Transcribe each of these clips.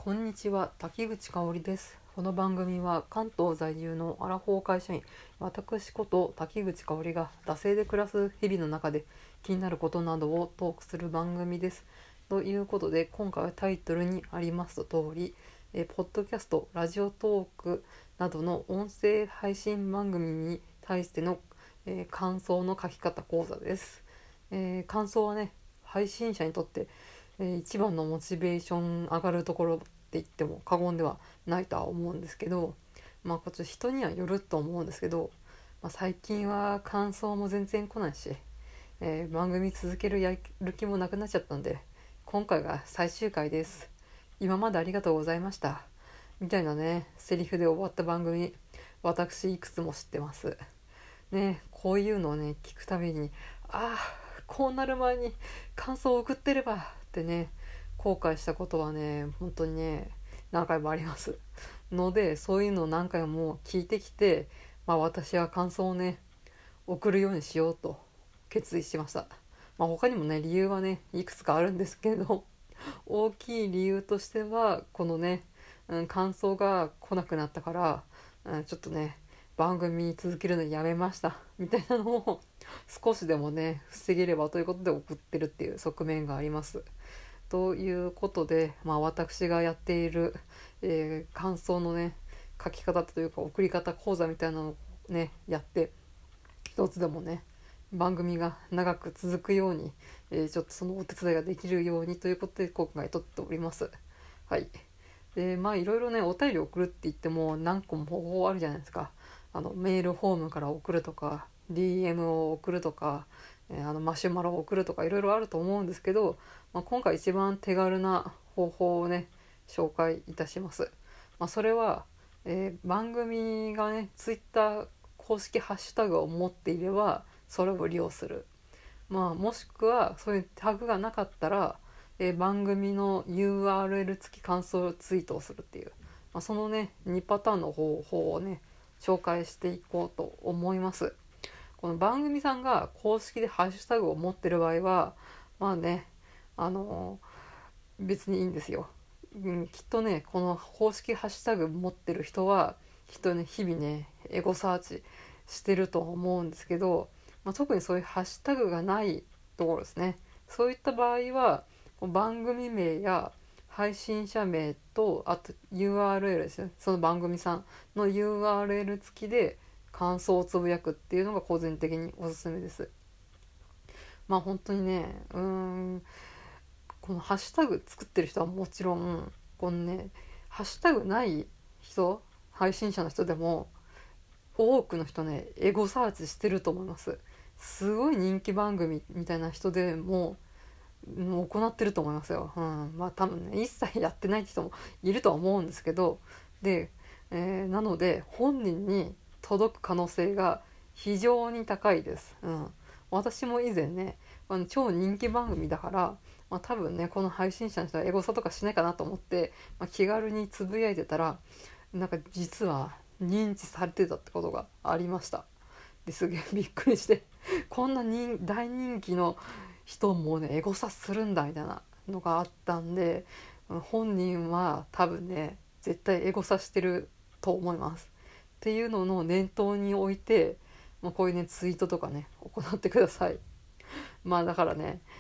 こんにちは、滝口香織です。この番組は関東在住のアラフォー会社員、私こと滝口香織が惰性で暮らす日々の中で気になることなどをトークする番組です。ということで、今回はタイトルにあります通り、ポッドキャスト、ラジオトークなどの音声配信番組に対しての、感想の書き方講座です。感想はね、配信者にとって一番のモチベーション上がるところって言っても過言ではないとは思うんですけど、こっち人にはよると思うんですけど、最近は感想も全然来ないし、番組続けるやる気もなくなっちゃったんで、今回が最終回です。今までありがとうございましたみたいなねセリフで終わった番組、私いくつも知ってますね。こういうのをね聞くたびに、こうなる前に感想を送ってればってね後悔したことはね本当にね何回もありますので、そういうのを何回も聞いてきて、私は感想をね送るようにしようと決意しました。他にもね理由はねいくつかあるんですけど、大きい理由としてはこのね、感想が来なくなったから、ちょっとね番組続けるのやめましたみたいなのを少しでもね防げればということで送ってるっていう側面があります。ということで、私がやっている、感想のね書き方というか送り方講座みたいなのをねやって、一つでもね番組が長く続くように、ちょっとそのお手伝いができるようにということで今回撮っております。はい。でいろいろねお便り送るって言っても何個も方法あるじゃないですか。メールフォームから送るとか DM を送るとか、マシュマロを送るとかいろいろあると思うんですけど、今回一番手軽な方法をね紹介いたします。それは、番組がねツイッター公式ハッシュタグを持っていればそれを利用する、もしくはそういうタグがなかったら、番組の URL 付き感想ツイートをするっていう、そのね2パターンの方法をね紹介していこうと思います。この番組さんが公式でハッシュタグを持ってる場合はあの別にいいんですよ、きっとねこの公式ハッシュタグ持ってる人はきっとね日々ねエゴサーチしてると思うんですけど、特にそういうハッシュタグがないところですね。そういった場合は番組名や配信者名とあと URL ですね、その番組さんの URL 付きで感想をつぶやくっていうのが個人的におすすめです。本当にねこのハッシュタグ作ってる人はもちろん、このねハッシュタグない人、配信者の人でも多くの人ねエゴサーチしてると思います。すごい人気番組みたいな人でもう行ってると思いますよ。多分ね一切やってない人もいるとは思うんですけど、で、なので本人に届く可能性が非常に高いです。私も以前ね、超人気番組だから、多分ねこの配信者の人はエゴサとかしないかなと思って、気軽につぶやいてたら実は認知されてたってことがありました。ですげえびっくりして、こんな大人気の人もねエゴサするんだみたいなのがあったんで、本人は多分ね絶対エゴサしてると思いますっていうのの念頭に置いて、こういうねツイートとかね行ってください。だから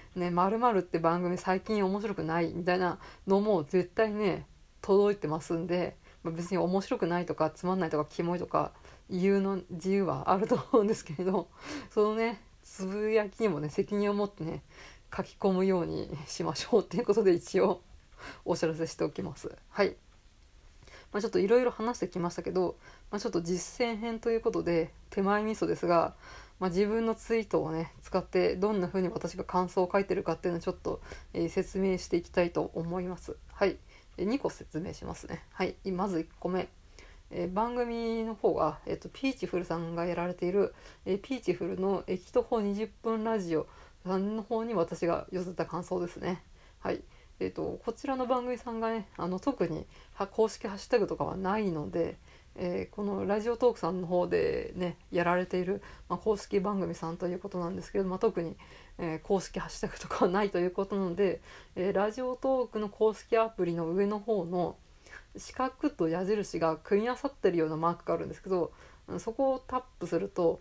〇〇って番組最近面白くないみたいなのも絶対ね届いてますんで、別に面白くないとかつまんないとかキモいとか言うの自由はあると思うんですけれど、そのねつぶやきにもね責任を持ってね書き込むようにしましょうっていうことで一応お知らせしておきます。はい。ちょっといろいろ話してきましたけど、ちょっと実践編ということで手前味噌ですが、自分のツイートをね使ってどんな風に私が感想を書いてるかっていうのをちょっと、説明していきたいと思います。はい。2個説明しますね。はい。まず1個目、番組の方は、ピーチフルさんがやられている、ピーチフルの駅徒歩20分ラジオさんの方に私が寄せた感想ですね。はい。こちらの番組さんがね特に公式ハッシュタグとかはないので、 このラジオトークさんの方でねやられている、公式番組さんということなんですけど、特に、公式ハッシュタグとかはないということなので、ラジオトークの公式アプリの上の方の四角と矢印が組み合わさってるようなマークがあるんですけど、そこをタップすると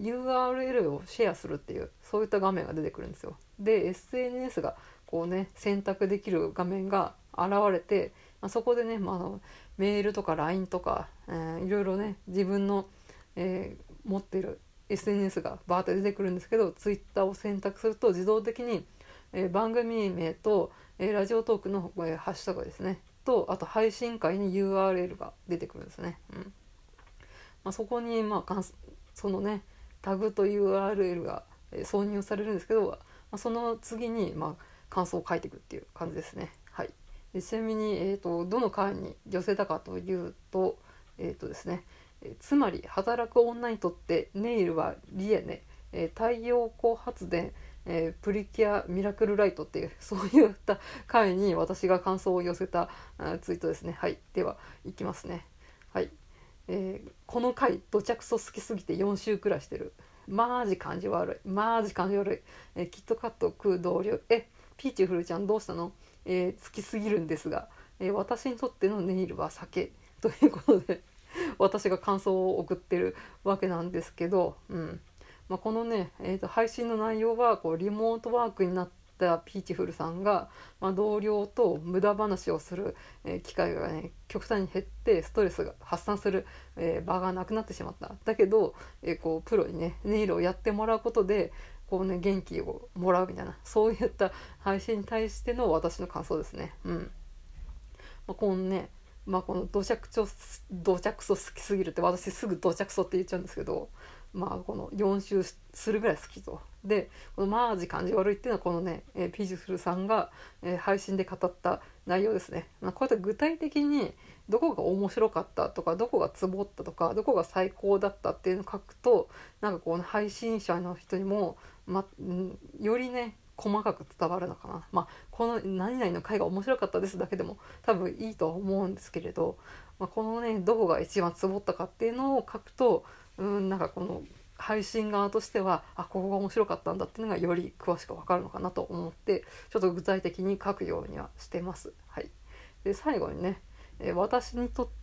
URL をシェアするっていうそういった画面が出てくるんですよ。で SNS がこうね選択できる画面が現れて、そこでね、メールとか LINE とか、いろいろね自分の、持っている SNS がバーって出てくるんですけど、 Twitter を選択すると自動的に、番組名と、ラジオトークの、ハッシュタグですねと、あと配信会に URL が出てくるんですね。そこに、そのねタグと URL が、挿入されるんですけど、その次に、感想を書いていくっていう感じですね。はい。でちなみに、どの回に寄せたかというと、ですね、つまり働く女にとってネイルはリエネ、太陽光発電、プリキュアミラクルライトっていうそういった回に私が感想を寄せたツイートですね。はい。ではいきますね。はい。この回どちゃくそ好きすぎて4週くらいしてる。マジ感じ悪い。マジ感じ悪い。キットカット食う同僚。ピーチフルちゃんどうしたの？好きすぎるんですが、私にとってのネイルは酒ということで私が感想を送ってるわけなんですけど、このね、配信の内容はこうリモートワークになったピーチフルさんが、同僚と無駄話をする、機会がね極端に減ってストレスが発散する、場がなくなってしまった。だけど、こうプロにねネイルをやってもらうことでこうね元気をもらうみたいな、そういった配信に対しての私の感想ですね。このね、この土着そ好きすぎるって、私すぐ土着そって言っちゃうんですけど、この4周するぐらい好きと。でこのマージ感じ悪いっていうのはこのね、ピージフルさんが、配信で語った内容ですね。こうやって具体的にどこが面白かったとか、どこがツボったとか、どこが最高だったっていうのを書くと、この配信者の人にも、よりね細かく伝わるのかな。この何々の回が面白かったですだけでも多分いいとは思うんですけれど、このねどこが一番ツボったかっていうのを書くと、この配信側としてはここが面白かったんだっていうのがより詳しく分かるのかなと思って、ちょっと具体的に書くようにはしてます。はい。で最後にね、私にとって、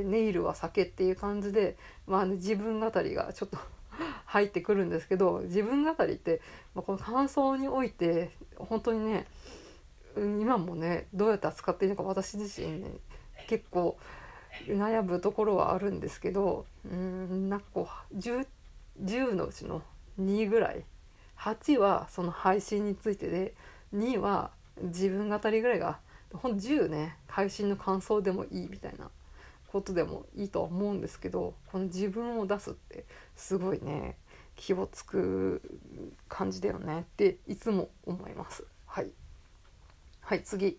ネイルは酒っていう感じで、自分語りがちょっと入ってくるんですけど、自分語りって、この感想において本当にね、今もねどうやって扱っていいのか私自身ね結構悩むところはあるんですけど、10のうちの2ぐらい、8はその配信についてで、2は自分語りぐらいが、10ね配信の感想でもいいみたいなことでもいいとは思うんですけど、この自分を出すってすごいね気をつく感じだよねっていつも思います。はい、次、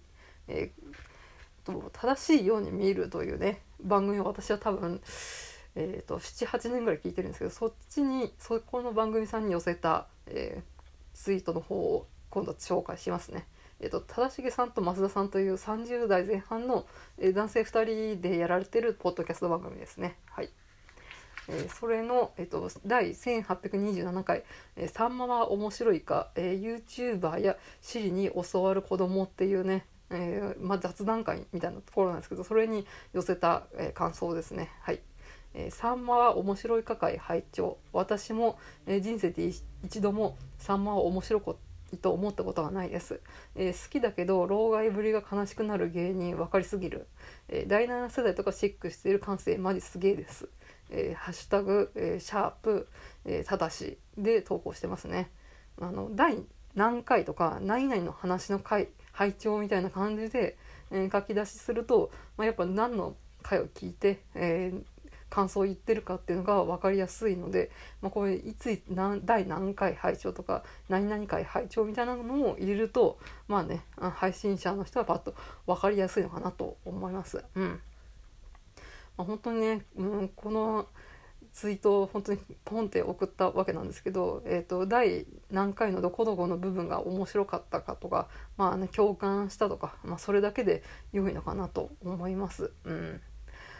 正しいように見えるというね番組を私は多分、7,8年ぐらい聞いてるんですけど、そこの番組さんに寄せた、ツイートの方を今度紹介しますね。正成さんと増田さんという30代前半の、男性2人でやられてるポッドキャスト番組ですね。はい。それの、第1827回、さんまは面白いか、YouTuber や Siri に教わる子供っていうね、雑談会みたいなところなんですけど、それに寄せた、感想ですね。はい。さんまは面白いか会拝聴。私も、人生で一度もさんまは面白いと思ったことがないです。好きだけど老害ぶりが悲しくなる芸人分かりすぎる。第7世代とかチェックしている感性マジすげえです。ハッシュタグ、シャープ、ただしで投稿してますね。第何回とか何々の話の回拝聴みたいな感じで、書き出しすると、やっぱ何の回を聞いて、感想を言ってるかっていうのが分かりやすいので、これ第何回拝聴とか何々回拝聴みたいなのを入れると、配信者の人はパッと分かりやすいのかなと思います。本当にね、このツイートを本当にポンって送ったわけなんですけど、第何回のどこどこの部分が面白かったかとか、共感したとか、それだけで良いのかなと思います。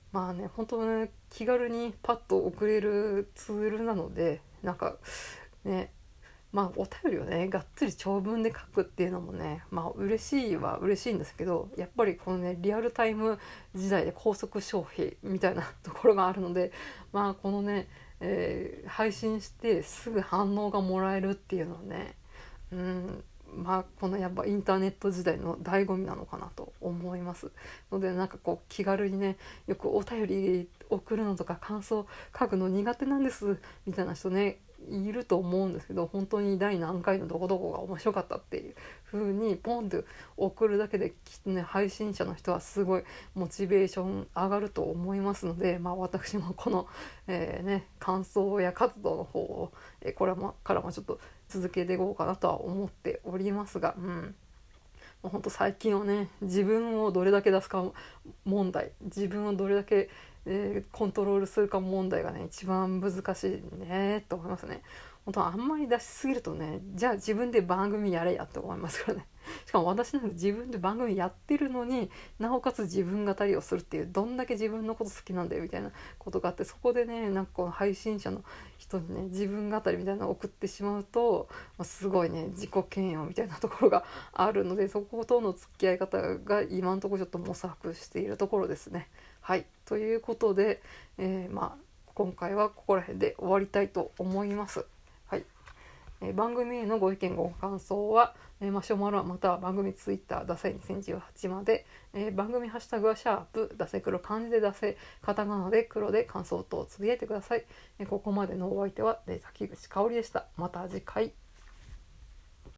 まあね本当ね気軽にパッと送れるツールなので、なんかね、まあお便りをねがっつり長文で書くっていうのもね、まあ嬉しいは嬉しいんですけど、やっぱりこのねリアルタイム時代で高速消費みたいなところがあるので、まあこのね、配信してすぐ反応がもらえるっていうのはね、まあこのやっぱインターネット時代の醍醐味なのかなと思いますので、なんかこう気軽にね、よくお便り送るのとか感想書くの苦手なんですみたいな人ねいると思うんですけど、本当に第何回のどこどこが面白かったっていう風にポンって送るだけで、きっとね配信者の人はすごいモチベーション上がると思いますので、まあ私もこの、感想や活動の方を、これからもちょっと続けていこうかなとは思っておりますが、もうほんと最近はね、自分をどれだけ出すか問題、自分をどれだけ、コントロールするか問題がね一番難しいねと思いますね。本当あんまり出しすぎるとね、じゃあ自分で番組やれやって思いますからね。しかも私なんか自分で番組やってるのになおかつ自分語りをするっていう、どんだけ自分のこと好きなんだよみたいなことがあって、そこでねなんかこの配信者の人にね自分語りみたいなのを送ってしまうと、すごいね自己嫌悪みたいなところがあるので、そことの付き合い方が今のところちょっと模索しているところですね。はい、ということで、今回はここら辺で終わりたいと思います。はい、番組へのご意見ご感想は、マシュマロまたは番組ツイッターダセ2018まで、番組ハッシュタグはシャープダセ黒、漢字でダセカタカナで黒で感想等をつぶやいてください。ここまでのお相手は滝口香織でした。また次回。